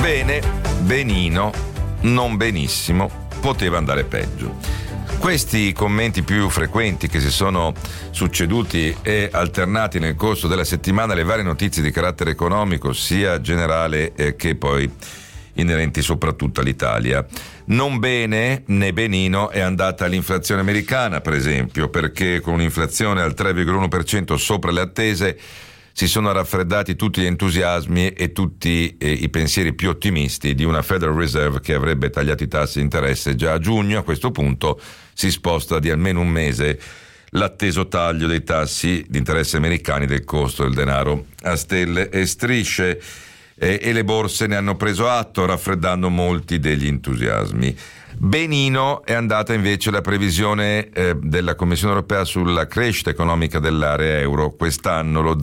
Bene, benino, non benissimo, poteva andare peggio. Questi commenti più frequenti che si sono succeduti e alternati nel corso della settimana alle varie notizie di carattere economico, sia generale che poi inerenti soprattutto all'Italia. Non bene né benino è andata l'inflazione americana, per esempio, perché con un'inflazione al 3,1% sopra le attese si sono raffreddati tutti gli entusiasmi e tutti i pensieri più ottimisti di una Federal Reserve che avrebbe tagliato i tassi di interesse già a giugno. A questo punto si sposta di almeno un mese l'atteso taglio dei tassi di interesse americani del costo del denaro a stelle e strisce, e le borse ne hanno preso atto, raffreddando molti degli entusiasmi. Benino è andata invece la previsione della Commissione europea sulla crescita economica dell'area euro. Quest'anno lo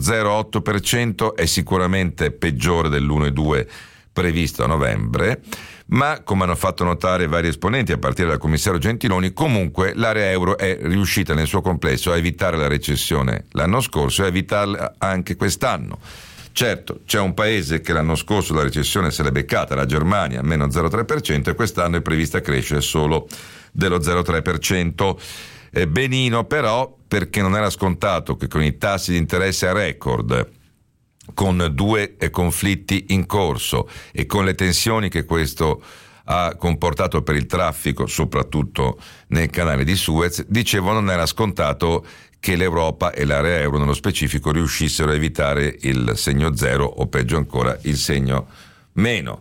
0,8% è sicuramente peggiore dell'1,2% previsto a novembre, ma come hanno fatto notare vari esponenti a partire dal commissario Gentiloni, comunque l'area euro è riuscita nel suo complesso a evitare la recessione l'anno scorso e a evitarla anche quest'anno. Certo, c'è un paese che l'anno scorso la recessione se l'è beccata, la Germania, meno 0,3%, e quest'anno è prevista crescere solo dello 0,3%. Benino però, perché non era scontato che con i tassi di interesse a record, con due conflitti in corso e con le tensioni che questo ha comportato per il traffico, soprattutto nel canale di Suez, dicevo, non era scontato che l'Europa e l'area euro nello specifico riuscissero a evitare il segno zero o peggio ancora il segno meno.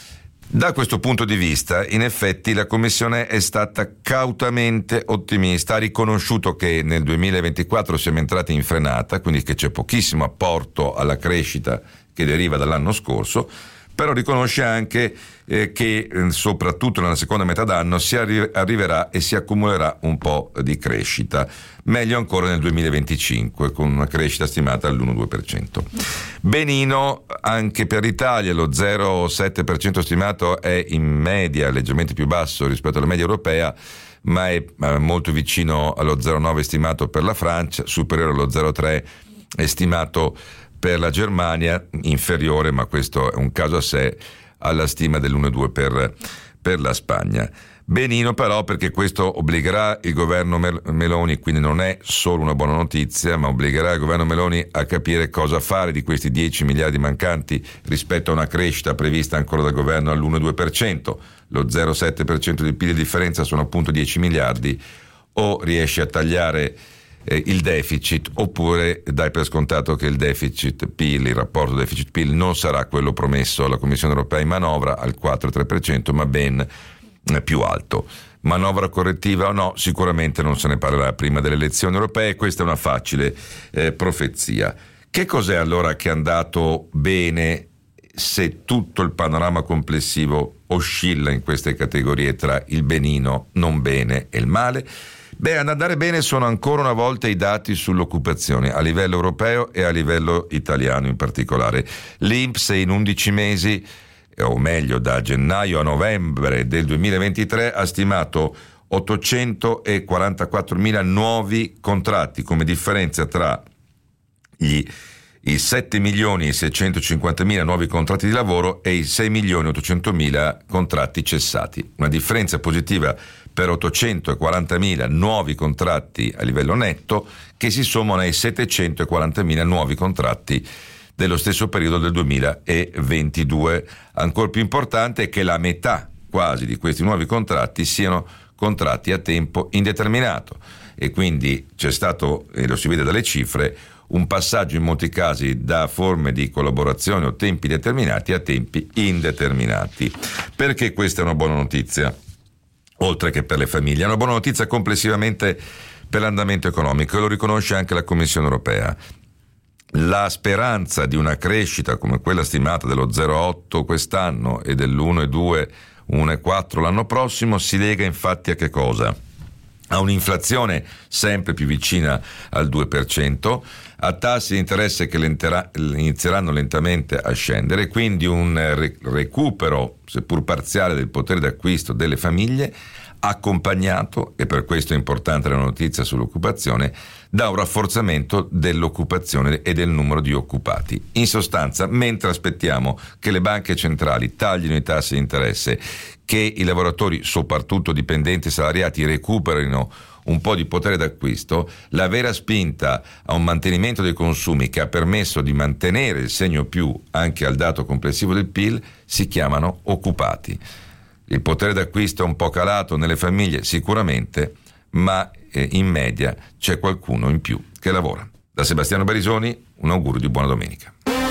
Da questo punto di vista, in effetti, la Commissione è stata cautamente ottimista, ha riconosciuto che nel 2024 siamo entrati in frenata, quindi che c'è pochissimo apporto alla crescita che deriva dall'anno scorso, però riconosce anche che soprattutto nella seconda metà d'anno si arriverà e si accumulerà un po' di crescita, meglio ancora nel 2025 con una crescita stimata all'1,2%. Benino anche per l'Italia, lo 0,7% stimato è in media leggermente più basso rispetto alla media europea, ma è molto vicino allo 0,9 stimato per la Francia, superiore allo 0,3 è stimato per la Germania, inferiore, ma questo è un caso a sé, alla stima dell'1,2 per la Spagna. Benino però perché questo obbligherà il governo Meloni, quindi non è solo una buona notizia, ma obbligherà il governo Meloni a capire cosa fare di questi 10 miliardi mancanti rispetto a una crescita prevista ancora dal governo all'1,2%. Lo 0,7% di PIL di differenza sono appunto 10 miliardi, o riesce a tagliare il deficit, oppure dai per scontato che il deficit PIL, il rapporto deficit PIL non sarà quello promesso alla Commissione europea in manovra al 4,3%, ma ben più alto. Manovra correttiva o no? Sicuramente non se ne parlerà prima delle elezioni europee, questa è una facile profezia. Che cos'è allora che è andato bene se tutto il panorama complessivo oscilla in queste categorie tra il benino, non bene e il male? Beh, ad andare bene sono ancora una volta i dati sull'occupazione a livello europeo e a livello italiano in particolare. L'INPS in 11 mesi, o meglio da gennaio a novembre del 2023, ha stimato 844.000 nuovi contratti come differenza tra i 7.650.000 nuovi contratti di lavoro e i 6.800.000 contratti cessati. Una differenza positiva per 840.000 nuovi contratti a livello netto che si sommano ai 740.000 nuovi contratti dello stesso periodo del 2022. Ancora più importante è che la metà quasi di questi nuovi contratti siano contratti a tempo indeterminato, e quindi c'è stato, e lo si vede dalle cifre, un passaggio in molti casi da forme di collaborazione o tempi determinati a tempi indeterminati. Perché questa è una buona notizia? Oltre che per le famiglie, è una buona notizia complessivamente per l'andamento economico, e lo riconosce anche la Commissione europea. La speranza di una crescita come quella stimata dello 0,8 quest'anno e dell'1,2, 1,4 l'anno prossimo si lega infatti a che cosa? A un'inflazione sempre più vicina al 2%, a tassi di interesse che inizieranno lentamente a scendere, quindi un recupero, seppur parziale, del potere d'acquisto delle famiglie, accompagnato, e per questo è importante la notizia sull'occupazione, da un rafforzamento dell'occupazione e del numero di occupati. In sostanza, mentre aspettiamo che le banche centrali taglino i tassi di interesse, che i lavoratori, soprattutto dipendenti e salariati, recuperino un po' di potere d'acquisto, la vera spinta a un mantenimento dei consumi che ha permesso di mantenere il segno più anche al dato complessivo del PIL si chiamano occupati. Il potere d'acquisto è un po' calato nelle famiglie sicuramente, ma in media c'è qualcuno in più che lavora. Da Sebastiano Barisoni un augurio di buona domenica.